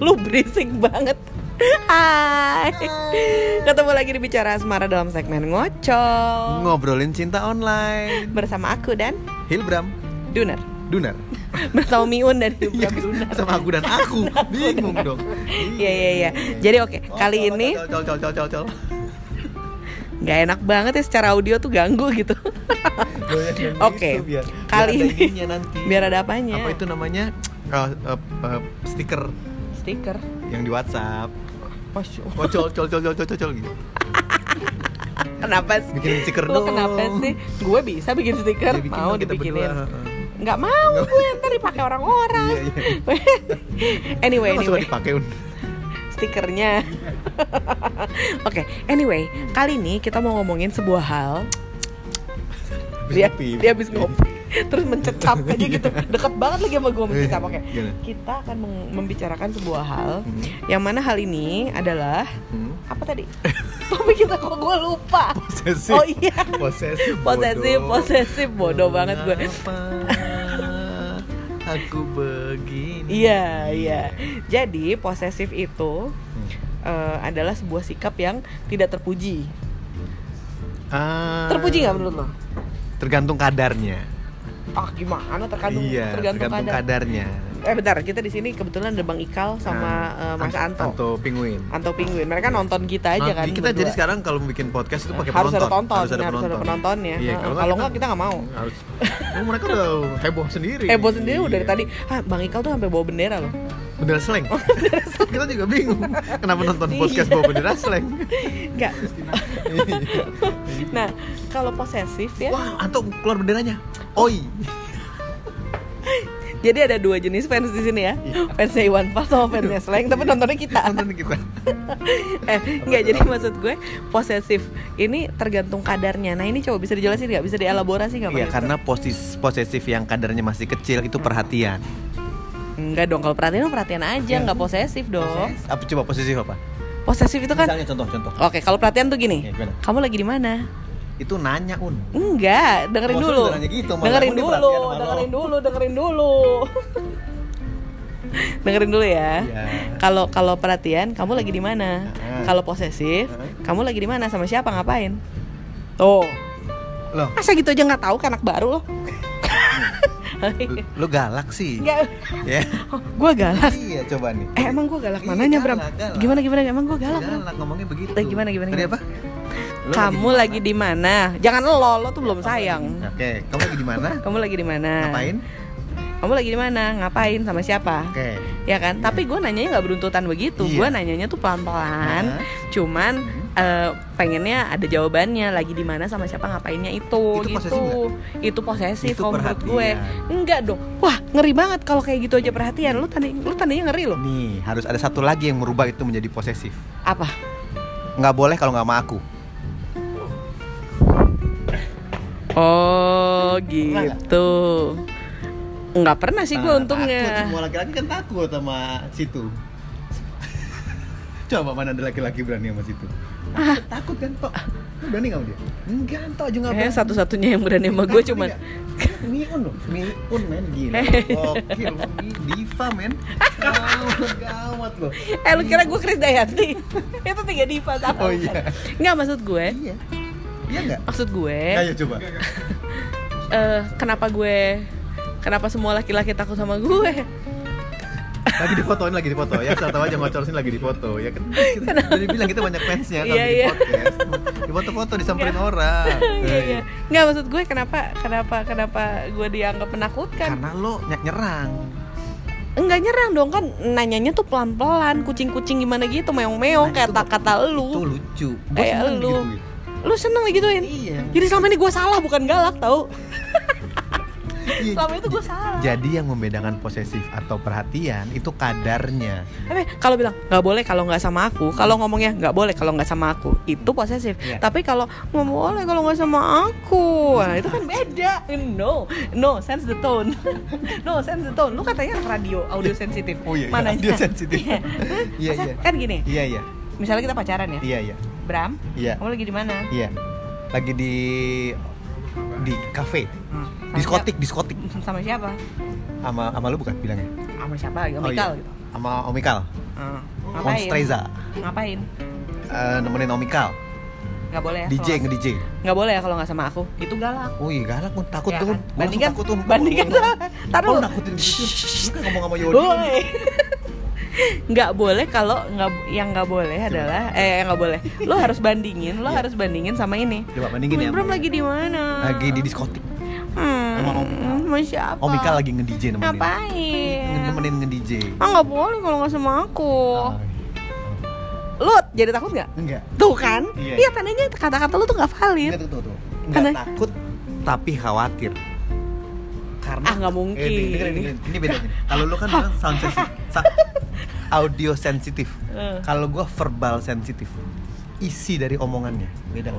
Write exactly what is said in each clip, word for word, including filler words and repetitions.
Lu berisik banget. Hai. Ketemu lagi di Bicara Asmara dalam segmen Ngocol. Ngobrolin cinta online Bersama aku dan Hilbram Dunar. Dunar. Bersama Miun dan Hilbram Dunar. Sama aku dan aku. Bingung dong. Iya iya iya. Jadi oke, kali ini col col col col col. Gak enak banget ya secara audio tuh ganggu gitu. Oke, kali ini nanti. biar ada apanya? Apa itu namanya? Uh, uh, uh, stiker Stiker yang di WhatsApp. Masya Allah. Oh, col col col col col col gitu. Kenapa sih? Bikin stiker Lo dong. kenapa sih? Gue bisa bikin stiker, Ya, bikin mau dong kita dibikinin. berdua, uh-uh. Nggak mau gue, ntar dipakai orang-orang. Iya, iya. Anyway, Kenapa suka anyway. dipakai, Un? Stikernya. Oke, okay, anyway, kali ini kita mau ngomongin sebuah hal. Habis Dia ngopi. dia habis ngopi, terus mencecap aja gitu. Dekat banget lagi sama gue mencecap. Oke. Gimana? Kita akan meng- membicarakan sebuah hal Hmm. yang mana hal ini adalah Hmm. apa tadi? Tapi kita kok gue lupa. Posesif. Oh iya. Posesif. Posesif, bodoh. posesif, bodoh banget gue. Mengapa aku begini? Iya, iya. Jadi posesif itu Hmm. uh, adalah sebuah sikap yang tidak terpuji. Ah, Terpuji nggak menurut lo? Tergantung kadarnya. Ah gimana tergantung Iya, tergantung, tergantung kadar. kadarnya. Eh bentar, kita di sini kebetulan ada Bang Ikal sama uh, Mas Anto. Anto Penguin. Anto Penguin. Mereka nonton kita aja Nah, kan. kita berdua. jadi sekarang kalau bikin podcast itu pakai harus penonton. ada tonton, harus ada harus ada penontonnya. Iya, Heeh, kalau nggak kita nggak mau. Harus. Oh, mereka udah heboh sendiri. Heboh sendiri udah dari Iya. tadi. Ah, Bang Ikal tuh sampai bawa bendera loh. Bendera slang. Kita juga bingung. Kenapa nonton podcast Iya. bawa bendera slang? Enggak. Nah, kalau posesif ya. Wah, Anto keluar benderanya. Oi. Jadi ada dua jenis fans di sini ya. Fansnya Iwan Fals sama fansnya Slang, tapi nontonnya kita. Nonton kita. eh, enggak, jadi maksud gue posesif ini tergantung kadarnya. Nah, ini coba bisa dijelasin nggak? Bisa dielaborasi nggak? Iya, karena posis posesif yang kadarnya masih kecil itu perhatian. Enggak dong, kalau perhatian perhatian aja, nggak posesif dong. Apa coba posesif apa? Posesif itu kan. Misalnya contoh-contoh. Oke, kalau perhatian tuh gini. Ya, gimana? Kamu lagi di mana? Itu nanya, Un. Enggak, dengerin Maksudnya dulu. udah nanya gitu, malah dengerin aku dulu, diperhatiin sama lo. dengerin dulu, dengerin dulu. dengerin dulu ya. Iya. Kalau kalau perhatian, kamu lagi di mana? Heeh. Kalau posesif, Heeh. kamu lagi di mana? Sama siapa? Ngapain? Tuh. Loh, Masa gitu aja nggak tahu kan anak baru loh? lu galak sih. Enggak. Ya. Gue galak. Iya, coba nih. Eh emang gue galak Iya, mananya, Bram? galak, galak. Gimana gimana? Emang gue galak, Bram? Galak ngomongnya begitu. Eh, gimana, gimana, Tadi gimana? apa? Lu Kamu lagi di mana? Jangan lo, lo tuh belum sayang. Oke, kamu lagi di mana? Kamu lagi di mana? Ngapain? Kamu lagi di mana? Ngapain? Sama siapa? Oke. Ya kan? Tapi gue nanyanya nggak beruntutan begitu. Iya. Gue nanyanya tuh pelan-pelan. Hah? Cuman Hmm. eh, pengennya ada jawabannya. Lagi di mana? Sama siapa? Ngapainnya itu? Itu gitu. posesif nggak? Itu posesif Itu kalau menurut gue. perhatian. Enggak dong. Wah ngeri banget kalau kayak gitu aja perhatian. Lu tanda, lu tandanya ngeri loh. Nih, harus ada satu lagi yang merubah itu menjadi posesif. Apa? Nggak boleh kalau nggak sama aku. Oh gitu. Nggak pernah sih gue Nah, untungnya. Takut, semua laki-laki kan takut sama situ. Coba mana ada laki-laki berani sama situ? Ah. Takut kan, Tok? Lu berani nggak sama dia? Enggak, Tok aja nggak Eh berani. satu-satunya yang berani sama gue Takut cuman nggak? Miun loh, Miun men gila. Gokil, diva men. Gawat, gawat loh. Eh lu kira gue Krisdayanti? Itu tiga diva sama. Oh iya. Nggak maksud gue. Iya. Iya nggak? Maksud gue. Ayo coba. eh kenapa gue kenapa semua laki-laki takut sama gue? Lagi difotoin, lagi difoto. Ya, asal tahu aja ngocor sini lagi difoto. Ya kan kita udah bilang kita banyak fansnya kalau Iya, di iya. podcast. Difoto-foto disamperin orang. Iya iya. Nggak maksud gue kenapa kenapa kenapa gue dianggap menakutkan? Karena lo nyak nyerang. Enggak nyerang dong kan, nanyanya tuh pelan-pelan, kucing-kucing gimana gitu, meong-meong Nah, kayak itu- kata lu. Itu lucu. Gua Kayak seneng lu. digituin. Lu seneng digituin? Iya. Jadi selama ini gue salah bukan galak tau. Iya. Selama itu gue salah. Jadi yang membedakan posesif atau perhatian itu kadarnya. Tapi kalau bilang nggak boleh kalau nggak sama aku, kalau ngomongnya nggak boleh kalau nggak sama aku, itu posesif. Iya. Tapi kalau nggak boleh kalau nggak sama aku, nah itu kan beda. No, no, sense the tone. No, sense the tone. Lu katanya radio, audio sensitif. Oh iya, iya, Mananya? audio sensitif. Iya. Iya, Masa- iya. Kan gini, Iya iya. misalnya kita pacaran ya, Iya iya. Bram, Iya. kamu lagi di mana? Iya. Lagi di di kafe. Hmm, sama Diskotik, diskotik. siapa? Sama siapa? Sama sama lu bukan bilangnya? Sama siapa? Sama Oh, Ikal iya. gitu. sama Omikal. Uh, ngapain? Monstreza. Ngapain? Uh, nemenin Omikal. Nggak boleh ya? D J nge-D J. Nggak boleh ya kalau nggak sama aku. Itu galak. Oh iya galak pun, takut Ya tuh. kan? Bandingkan, takut tuh. bandingkan. Taruh. Oh, nakutin gitu. Lu kan ngomong sama Yodi. Boy. Nggak boleh kalau nggak yang nggak boleh adalah eh yang nggak boleh. Lo harus bandingin, lo harus bandingin sama ini. Coba bandingin ya. Bram lagi di mana? Lagi di diskotik. Hmm, Sama Omikal. sama siapa? Omikal lagi nge-D J nemenin. Ngapain? Nemenin nge-D J. Ah nggak boleh kalau nggak sama aku. Ah, Lo jadi takut nggak? enggak. Tuh kan? Iya, Iya tandanya kata-kata lo tuh nggak valid. Enggak tuh tuh tuh. Karena- Enggak takut tapi khawatir. Karena Ah nggak mungkin. Eh, dengerin, dengerin. Ini bedanya. Kalau lu kan bilang sound sensitif, sa- audio sensitif. Eh. Kalau gua verbal sensitif. Isi dari omongannya beda.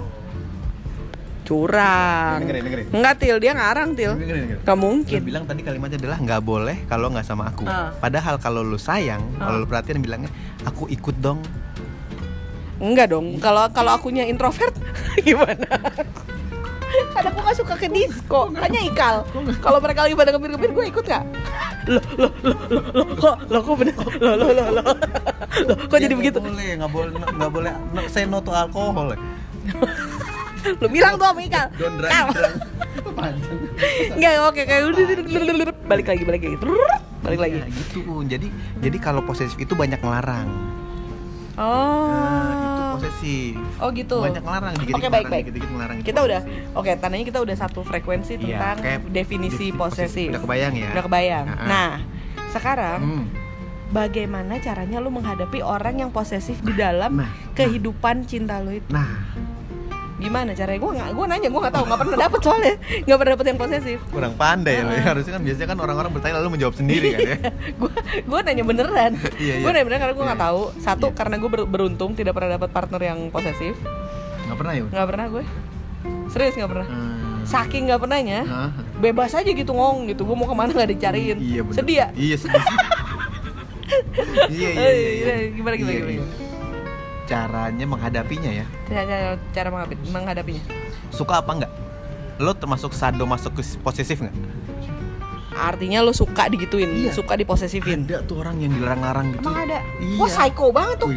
Curang. Dengerin, dengerin. Enggak til, dia ngarang til. Dengerin, dengerin. Gak mungkin. Lu bilang tadi kalimatnya adalah nggak boleh kalau nggak sama aku. Ah. Padahal kalau lu sayang, Ah. kalau lu perhatian bilangnya aku ikut dong. Enggak dong. Kalau kalau akunya introvert gimana? Karena aku gak suka ke disco. Makanya Ikal. Kalau mereka lagi pada ngebir-ngebir gue ikut gak? Loh, loh, loh, loh, loh, kok, loh, kok bener? Loh, loh, loh, loh. Loh, kok jadi Ya, begitu? Nggak boleh, nggak boleh, nggak boleh. No, say no to alkohol. Lu bilang tuh sama Ikal. Don't drive Kal. drunk. Panjang. Enggak, oke, kayak balik lagi, balik lagi. Balik lagi. Ya, gitu. Jadi jadi kalau posesif itu banyak ngelarang. Oh. Nah, itu posesif. Oh gitu. Banyak ngelarang, dikit-dikit Oke, baik, ngelarang, baik. dikit-dikit ngelarang. Kita udah, oke, tandanya kita udah satu frekuensi Iya, tentang kayak definisi definisi posesif. Udah kebayang ya? Udah kebayang. Nah, Nah, sekarang Hmm. bagaimana caranya lu menghadapi orang yang posesif di dalam Nah, kehidupan cinta lu itu? Nah, Gimana caranya? Gue nggak, gue nanya, gue nggak tahu, nggak pernah dapet soalnya, nggak pernah dapet yang posesif. kurang pandai loh. Uh-uh. Harusnya kan biasanya kan orang-orang bertanya lalu menjawab sendiri kan ya. Gue gue nanya beneran. Iya, Gue iya. nanya beneran karena gue nggak Iya. tahu. Satu Iya. karena gue ber- beruntung tidak pernah dapat partner yang posesif. Nggak pernah ya? Bun? Nggak pernah gue. Serius nggak pernah. Hmm. Saking nggak pernahnya, Hah? bebas aja gitu ngong gitu. Gue mau kemana nggak dicariin. Iya bener. Sedih ya? Iya sedih sih. Iya iya Oh, iya. iya. Gimana gimana Iya, gimana? iya. Caranya menghadapinya ya. Cara, cara menghadapi- menghadapinya. Suka apa enggak? Lo termasuk sadomasokis posesif enggak? Artinya lo suka digituin, Iya. suka diposesifin. Ada tuh orang yang dilarang-larang gitu. Emang ada? Iya. Wah psycho banget tuh. Wih,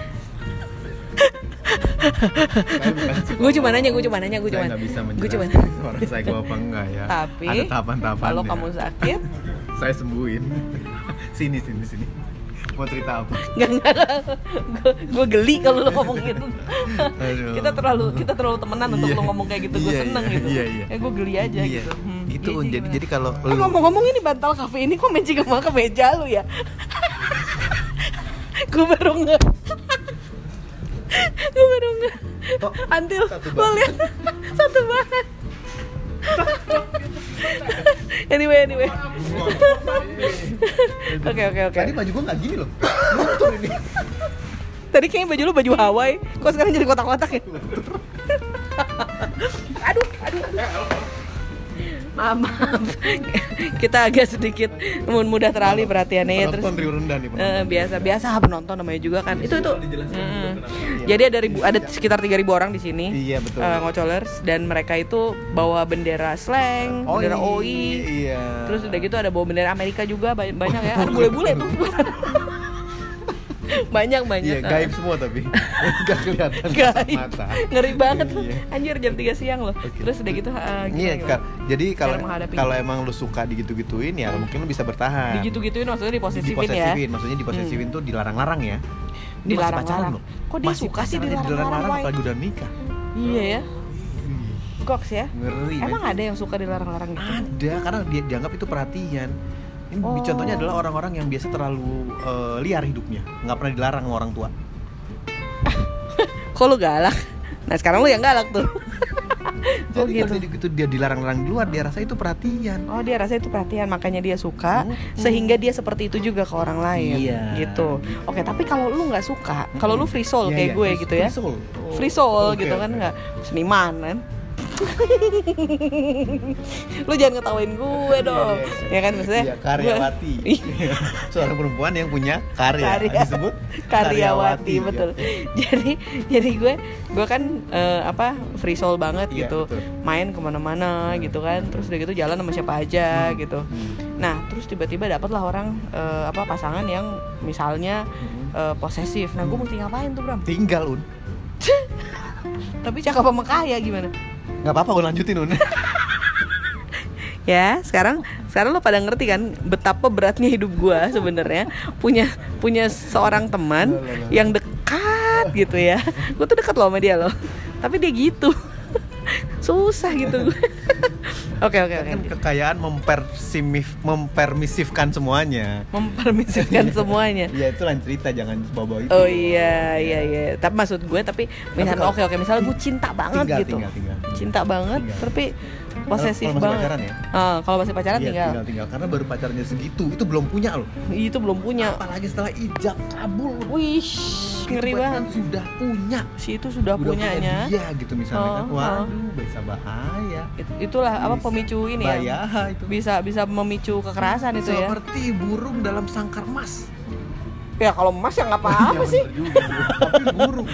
Gue cuma nanya, gue cuma nanya, gue Saya cuma. nggak bisa Gue cuma. menjelaskan orang psycho apa enggak ya. Tapi ada tahapan-tahapannya. kalau kamu sakit, saya sembuhin. Sini sini sini. Mau cerita apa? nggak nggak. Gue geli kalau lo ngomong gitu. Aduh. Kita terlalu kita terlalu temenan untuk Iya. lo ngomong kayak gitu. Gue Iya, seneng iya, gitu. iya, iya. Ya gue geli aja Iya. gitu. Hmm, Gitu iya sih, jadi gimana? jadi kalau Eh, lu ngomong-ngomong ini bantal kafe ini kok matching sama kemeja lu ya? Gue baru nge Gue baru nge Oh, Antil, satu lo bahan. lihat satu bahan. Anyway, anyway. Oke, oke, oke. Tadi baju gua nggak gini loh. Luntur ini. Tadi kayaknya baju lu baju Hawaii, kok sekarang jadi kotak-kotak ya? Aduh, aduh. Maaf, maaf. Kita agak sedikit mudah teralih perhatiannya ya terus. Penonton riuh rendah nih, Eh, penonton. biasa biasa penonton namanya juga kan. Itu itu. Dijelasin Mm. dulu kenapa. Jadi ada ribu, ada sekitar tiga ribu orang di sini. Iya, betul. eh, ngocolers dan mereka itu bawa bendera slang, bendera O I. Iya. Terus udah gitu ada bawa bendera Amerika juga ba- banyak ya. Ada bule-bule tuh. banyak banyak. Iya, gaib semua tapi nggak kelihatan kasat Gaib. mata. Ngeri banget tuh. Iya. Anjir jam tiga siang loh. Oke. Terus udah gitu uh, gimana, Iya, gimana? Kak. Jadi kalau Cara menghadapi. kalau emang lu suka digitu-gituin ya mungkin lu bisa bertahan. Digitu-gituin maksudnya diposesifin ya. Diposesifin, maksudnya diposesifin tuh dilarang-larang ya. Ini masih Dilarang-larang. pacaran loh. Kok dia Masih suka sih pacaran, dilarang-larang, dilarang-larang Wai? apalagi udah nikah. Iya ya. Goks ya. Ngeri. Emang men. ada yang suka dilarang-larang gitu? Ada karena dia dianggap itu perhatian. Ini Oh. contohnya adalah orang-orang yang biasa terlalu eh, liar hidupnya, nggak pernah dilarang sama orang tua. Kok lu galak? Nah sekarang lu yang galak tuh. Oh Jadi gitu. kalau dia gitu dia dilarang-larang di luar, dia rasa itu perhatian. Oh dia rasa itu perhatian makanya dia suka Hmm. sehingga dia seperti itu juga ke orang lain. Iya. Gitu. Oke tapi kalau lu nggak suka, kalau lu free soul Iya, kayak iya, gue free- gitu ya. free soul. Free soul Oke, gitu kan oke. nggak seniman kan. Lu jangan ngetawain gue dong. Iya, iya, Ya kan maksudnya. Iya, karyawati. Iya. Seorang perempuan yang punya karya, Karya. disebut Karyawati ya. betul. Jadi jadi gue gue kan eh, apa free soul banget Iya, gitu, betul. main kemana-mana gitu kan, terus udah gitu jalan sama siapa aja gitu. Hmm. Nah, terus tiba-tiba dapatlah orang uh, apa pasangan yang misalnya uh, posesif. Nah, gue mesti ngapain tuh, Bram? Tinggal Un. Tapi cakep sama kaya gimana? Nggak apa-apa, Un, lanjutin Un. Ya, sekarang sekarang lo pada ngerti kan betapa beratnya hidup gue sebenarnya punya punya seorang teman yang dekat gitu ya. Gue tuh dekat loh sama dia loh. Tapi dia gitu. Susah gitu. Oke oke oke. Kan kekayaan mempersimif, mempermisifkan semuanya. Mempermisifkan semuanya. Iya, itu lain cerita, jangan bawa-bawa itu. Oh iya iya iya. Tapi maksud gue tapi misalnya kalau- oke oke misalnya gue cinta banget Tinggal, gitu. tinggal, tinggal. Cinta banget Tinggal. tapi posesif Kalau- kalau masih banget. pacaran ya? Ah, kalau masih pacaran Iya, tinggal. tinggal tinggal karena baru pacarnya segitu, itu belum punya loh. Itu belum punya. Apalagi setelah ijab kabul. Wih, ngeri Itu banget. Sudah punya. Si itu sudah, Udah punyanya. punya dia gitu misalnya kan. Oh, Waduh, oh. bisa bahaya. It- itulah apa Bisa pemicu ini ya. Bahaya itu. Bisa bisa memicu kekerasan itu ya. Seperti burung dalam sangkar emas. Ya kalau emas ya nggak apa-apa Ya, sih. bener juga, bro. Tapi burung.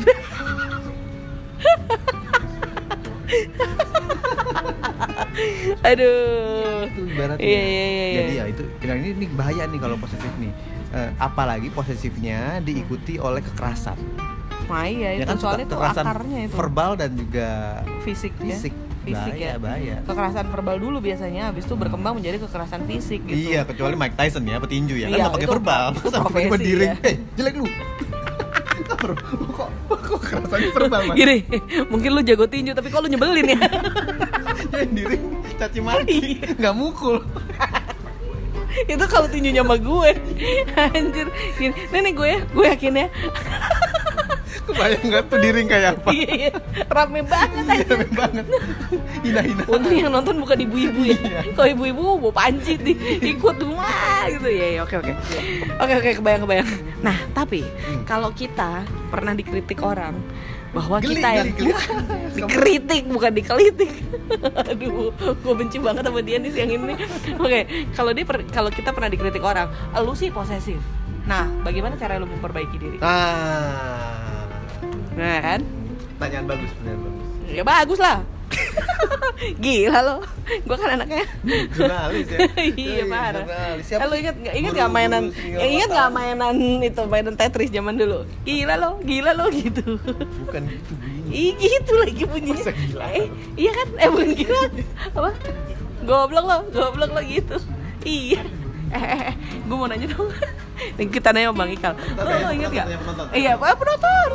Aduh. Itu ibaratnya. Iya, iya, iya, iya. Jadi ya itu, nah ini, ini bahaya nih kalau posesif nih. Eh, apalagi posesifnya diikuti oleh kekerasan. Nah, iya itu Ya kan, soalnya suka itu kekerasan akarnya itu. verbal dan juga Fisik, fisik. ya. Fisik bahaya, ya. bahaya. Kekerasan verbal dulu biasanya, habis itu berkembang menjadi kekerasan fisik gitu. Iya, kecuali Mike Tyson ya, petinju ya, kan Iya, nggak pakai itu- verbal, itu masa pakai profesi berdiri, ya. eh jelek lu. kok, kok kekerasannya verbal mas? Gini, mungkin lu jago tinju tapi kok lu nyebelin ya. Yang diri caci maki, nggak mukul. Itu kalau tinjunya sama gue. Anjir. Gini, nih nih gue, gue yakin ya. Kebayang nggak tuh diri kayak apa? Iya, iya. Rame banget Iya, anjir. rame banget, hina-hina. Untung yang nonton bukan ibu-ibu ya. Iya. Kalau ibu-ibu bawa panci nih, ikut wah gitu ya. Ya, oke oke. Oke oke, kebayang kebayang. Nah, tapi kalau kita pernah dikritik orang bahwa Geli, kita yang geli, geli. dikritik bukan dikelitik. Aduh, gue benci banget sama dia nih siang ini. Oke, kalau dia per- kalau kita pernah dikritik orang, lu sih posesif. Nah, bagaimana cara lu memperbaiki diri? Ah, Nah kan? pertanyaan bagus, pertanyaan bagus. Ya bagus lah. Gila lo, gue kan anaknya. Jurnalis ya. Iya parah. Jurnalis. Siapa Eh, lo sih? inget nggak? Inget Guru- nggak mainan? guru single Eh, inget nggak pertama. mainan itu mainan Tetris zaman dulu? Gila lo, gila lo gitu. Bukan gitu bunyinya. Ih gitu lagi bunyinya. Masa gila? Eh, iya kan? Eh bukan gila. Apa? Goblok lo, goblok lo gitu. Iya. Eh, eh, eh, gue mau nanya dong. Nih, kita nanya sama Bang Ikal. Lo, lo inget nggak? Penonton, penonton. Iya, apa penonton?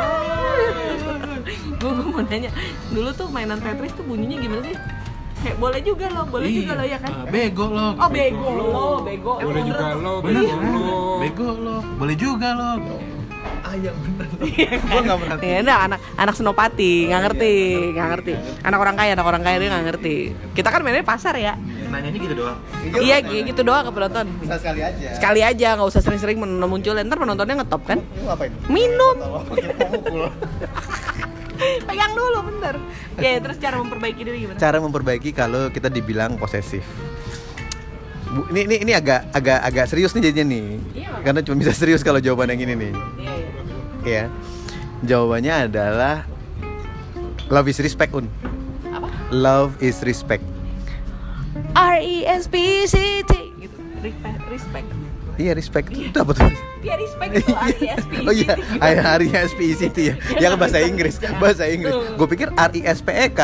Gue gue mau nanya. Dulu tuh mainan Tetris tuh bunyinya gimana sih? Kayak boleh juga lo, boleh juga lo ya kan? Ah, bego lo. Oh bego lo, bego. Boleh Emang juga bener. lo, Bener, bego lo. bego lo. Boleh juga lo. Ah, yang bener lo. Iya kan? Gua nggak merhatiin. Ya, nah, anak anak senopati nggak ngerti, Iya, nggak ngerti. Anak orang kaya, anak orang kaya dia nggak ngerti. Kita kan mainnya di pasar ya. Nanyanya gitu doang. Iya, gitu doang ke penonton. Bisa sekali aja. Sekali aja, nggak usah sering-sering men- muncul. Ntar penontonnya ngetop kan? Lu ngapain? Minum. Tahu apa? Kita mukul. Pegang dulu, bentar. Ya, terus cara memperbaiki diri gimana? Cara memperbaiki kalau kita dibilang posesif. Bu, ini ini ini agak agak agak serius nih jadinya nih. Iya. Karena cuma bisa serius kalau jawaban yang ini nih. Iya, iya. Ya. Jawabannya adalah love is respect, Un. Apa? Love is respect. R E S P C T gitu. Respect, respect. Iya, respect. Itu apa tuh? Dia respect itu R E S P C T. Oh iya, R E S P E C T ya. Ya kan bahasa Inggris, bahasa Inggris. Tuh. Gue pikir R I S P E K.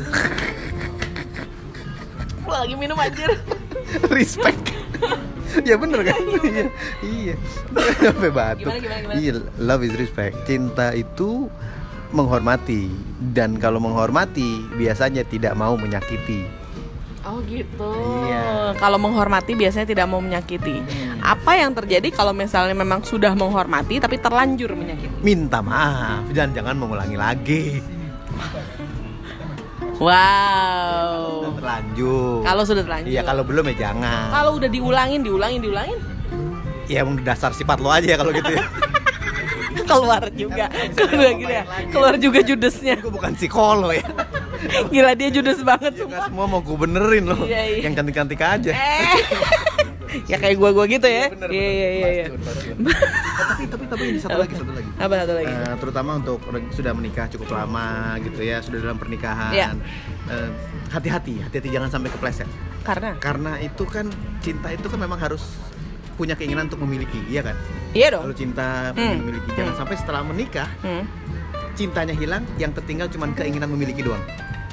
Gua lagi minum anjir. Respect. Ya bener kan? Iya. Iya. Sampai batuk. Gimana, gimana, gimana? Iya, love is respect. Cinta itu menghormati, dan kalau menghormati biasanya tidak mau menyakiti. Oh gitu. Iya. Kalau menghormati biasanya tidak mau menyakiti. Apa yang terjadi kalau misalnya memang sudah menghormati tapi terlanjur menyakiti? Minta maaf dan jangan mengulangi lagi. Wow. Sudah terlanjur. Kalau sudah terlanjur. Iya, kalau belum ya jangan. Kalau udah diulangin, diulangin, diulangin, Ya emang dasar sifat lo aja ya kalau gitu ya. keluar juga. Keluar gitu ya. Keluar juga judesnya. Gue bukan psikolog ya. Gila dia judes banget Ya, sumpah. semua mau gue benerin loh. Iya, iya. Yang cantik-cantik aja. Eh. Ya kayak gua-gua gitu ya. bener, Iya iya iya iya. Pasti, pasti. Eh, tapi tapi tapi ini satu lagi satu lagi. Apa satu lagi? Eh, terutama untuk orang yang sudah menikah cukup lama gitu ya, sudah dalam pernikahan. Iya. Eh, hati-hati, hati-hati jangan sampai kepleset. Karena? Karena itu kan cinta itu kan memang harus punya keinginan untuk memiliki, iya kan? Iya dong. Kalau cinta Hmm. memiliki, jangan Hmm. sampai setelah menikah Hmm. cintanya hilang, yang tertinggal cuma keinginan memiliki doang.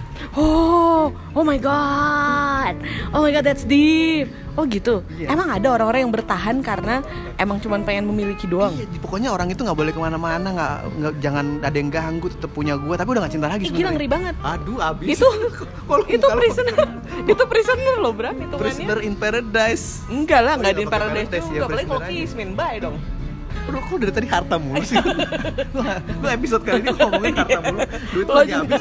Oh, oh my god, oh my god, that's deep. Oh gitu. Iya. Emang ada orang-orang yang bertahan karena emang cuma pengen memiliki doang. Iya, pokoknya orang itu nggak boleh kemana-mana, nggak nggak jangan ada yang ganggu, tetap punya gue, tapi udah nggak cinta lagi. Ih, gila, ngeri banget. Aduh, abis. Itu Kalau itu kalau- prisoner, itu prisoner loh, Bram, hitungannya. Prisoner in Paradise. Enggak lah, Oh enggak iya, di pakai Paradise Paradise, juga. ya, Apalagi kalau prisoner aja. Kismin, bye dong. Aduh, kok dari tadi harta mulu sih? lu, lu episode kali ini ngomongin harta mulu, duit Lo lagi juga. habis.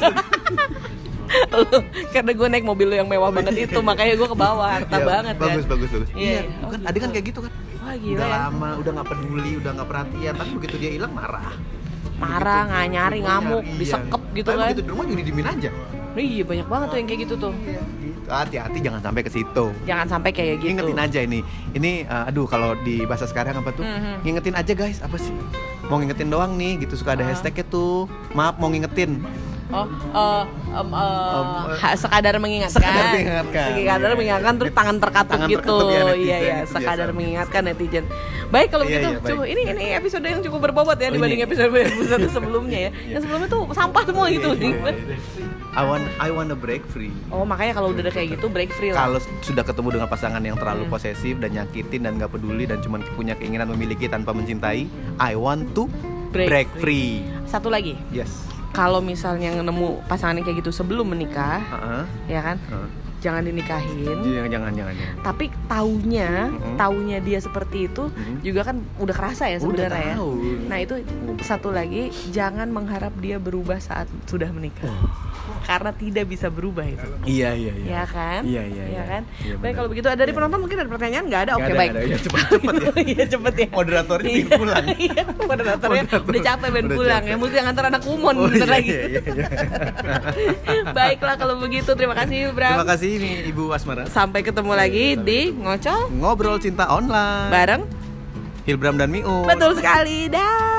Lu, karena gue naik mobil lu yang mewah banget itu, makanya gue ke bawah, harta Ya, banget bagus, kan. bagus, bagus. Iya, Iya, oh kan gitu. ada kan kayak gitu kan. Wah gila Udah ya. lama, udah nggak peduli, udah nggak perhatian, tapi begitu dia hilang marah. Marah, Begitu- nggak nyari, begitu ngamuk, nyari, iya. disekep gitu Tapi kan. begitu di rumah juga didimin aja. Iya, banyak banget tuh yang kayak gitu tuh. Iya, gitu. Hati-hati jangan sampai ke situ. Jangan sampai kayak gitu. Ingetin aja ini. Ini uh, aduh kalau di bahasa sekarang apa tuh? Mhm. Ngingetin aja guys, apa sih? Mau ngingetin doang nih gitu, suka ada Ah. hashtagnya tuh. Maaf mau ngingetin. Oh, eh, em, eh, Om, eh, ha- sekadar mengingatkan. sekadar mengingatkan. Sekadar Iya. mengingatkan terus tangan terkatup Tangan gitu. terkatup ya, netizen, Iya iya, itu sekadar biasa. mengingatkan netizen. Baik kalau Iya, begitu, iya, baik. coba ini ini episode yang cukup berbobot ya Oh, dibanding ini. episode episode sebelumnya ya. Yang sebelumnya tuh sampah semua gitu. Iya, iya, iya. I want I want to break free. Oh, makanya kalau udah kayak gitu break free lah. Kalau sudah ketemu dengan pasangan yang terlalu Hmm. posesif dan nyakitin dan nggak peduli dan cuma punya keinginan memiliki tanpa mencintai, I want to Break break, free. Satu lagi, Yes. kalau misalnya nemu pasangan yang kayak gitu sebelum menikah, Heeh. ya kan? Jangan dinikahin. Jangan jangan jangan. jangan. Tapi taunya, Mm-mm. taunya dia seperti itu Mm-mm. juga kan udah kerasa ya Udah sebenarnya ya. tahu. Nah itu satu lagi, jangan mengharap dia berubah saat sudah menikah, karena tidak bisa berubah itu. Iya iya iya. Ya kan? Iya, iya, Ya iya. kan? Iya, Baik benar. kalau begitu ada dari penonton mungkin ada pertanyaan nggak ada? Nggak Oke ada, baik. nggak ada. Ya, cepet cepet ya. Iya cepet ya. Moderatornya Iya. pengen pulang. Iya, moderatornya Moderator. udah capek pengen Udah pulang capek. ya. Mesti ngantar anak umum Oh, bentar iya, lagi. iya, iya, iya. Baiklah kalau begitu, terima kasih Bram. Terima kasih nih Ibu Asmara. Sampai ketemu lagi di Ngocol Ngobrol cinta online. bareng. Hilbram dan Miu. Betul sekali. Dah.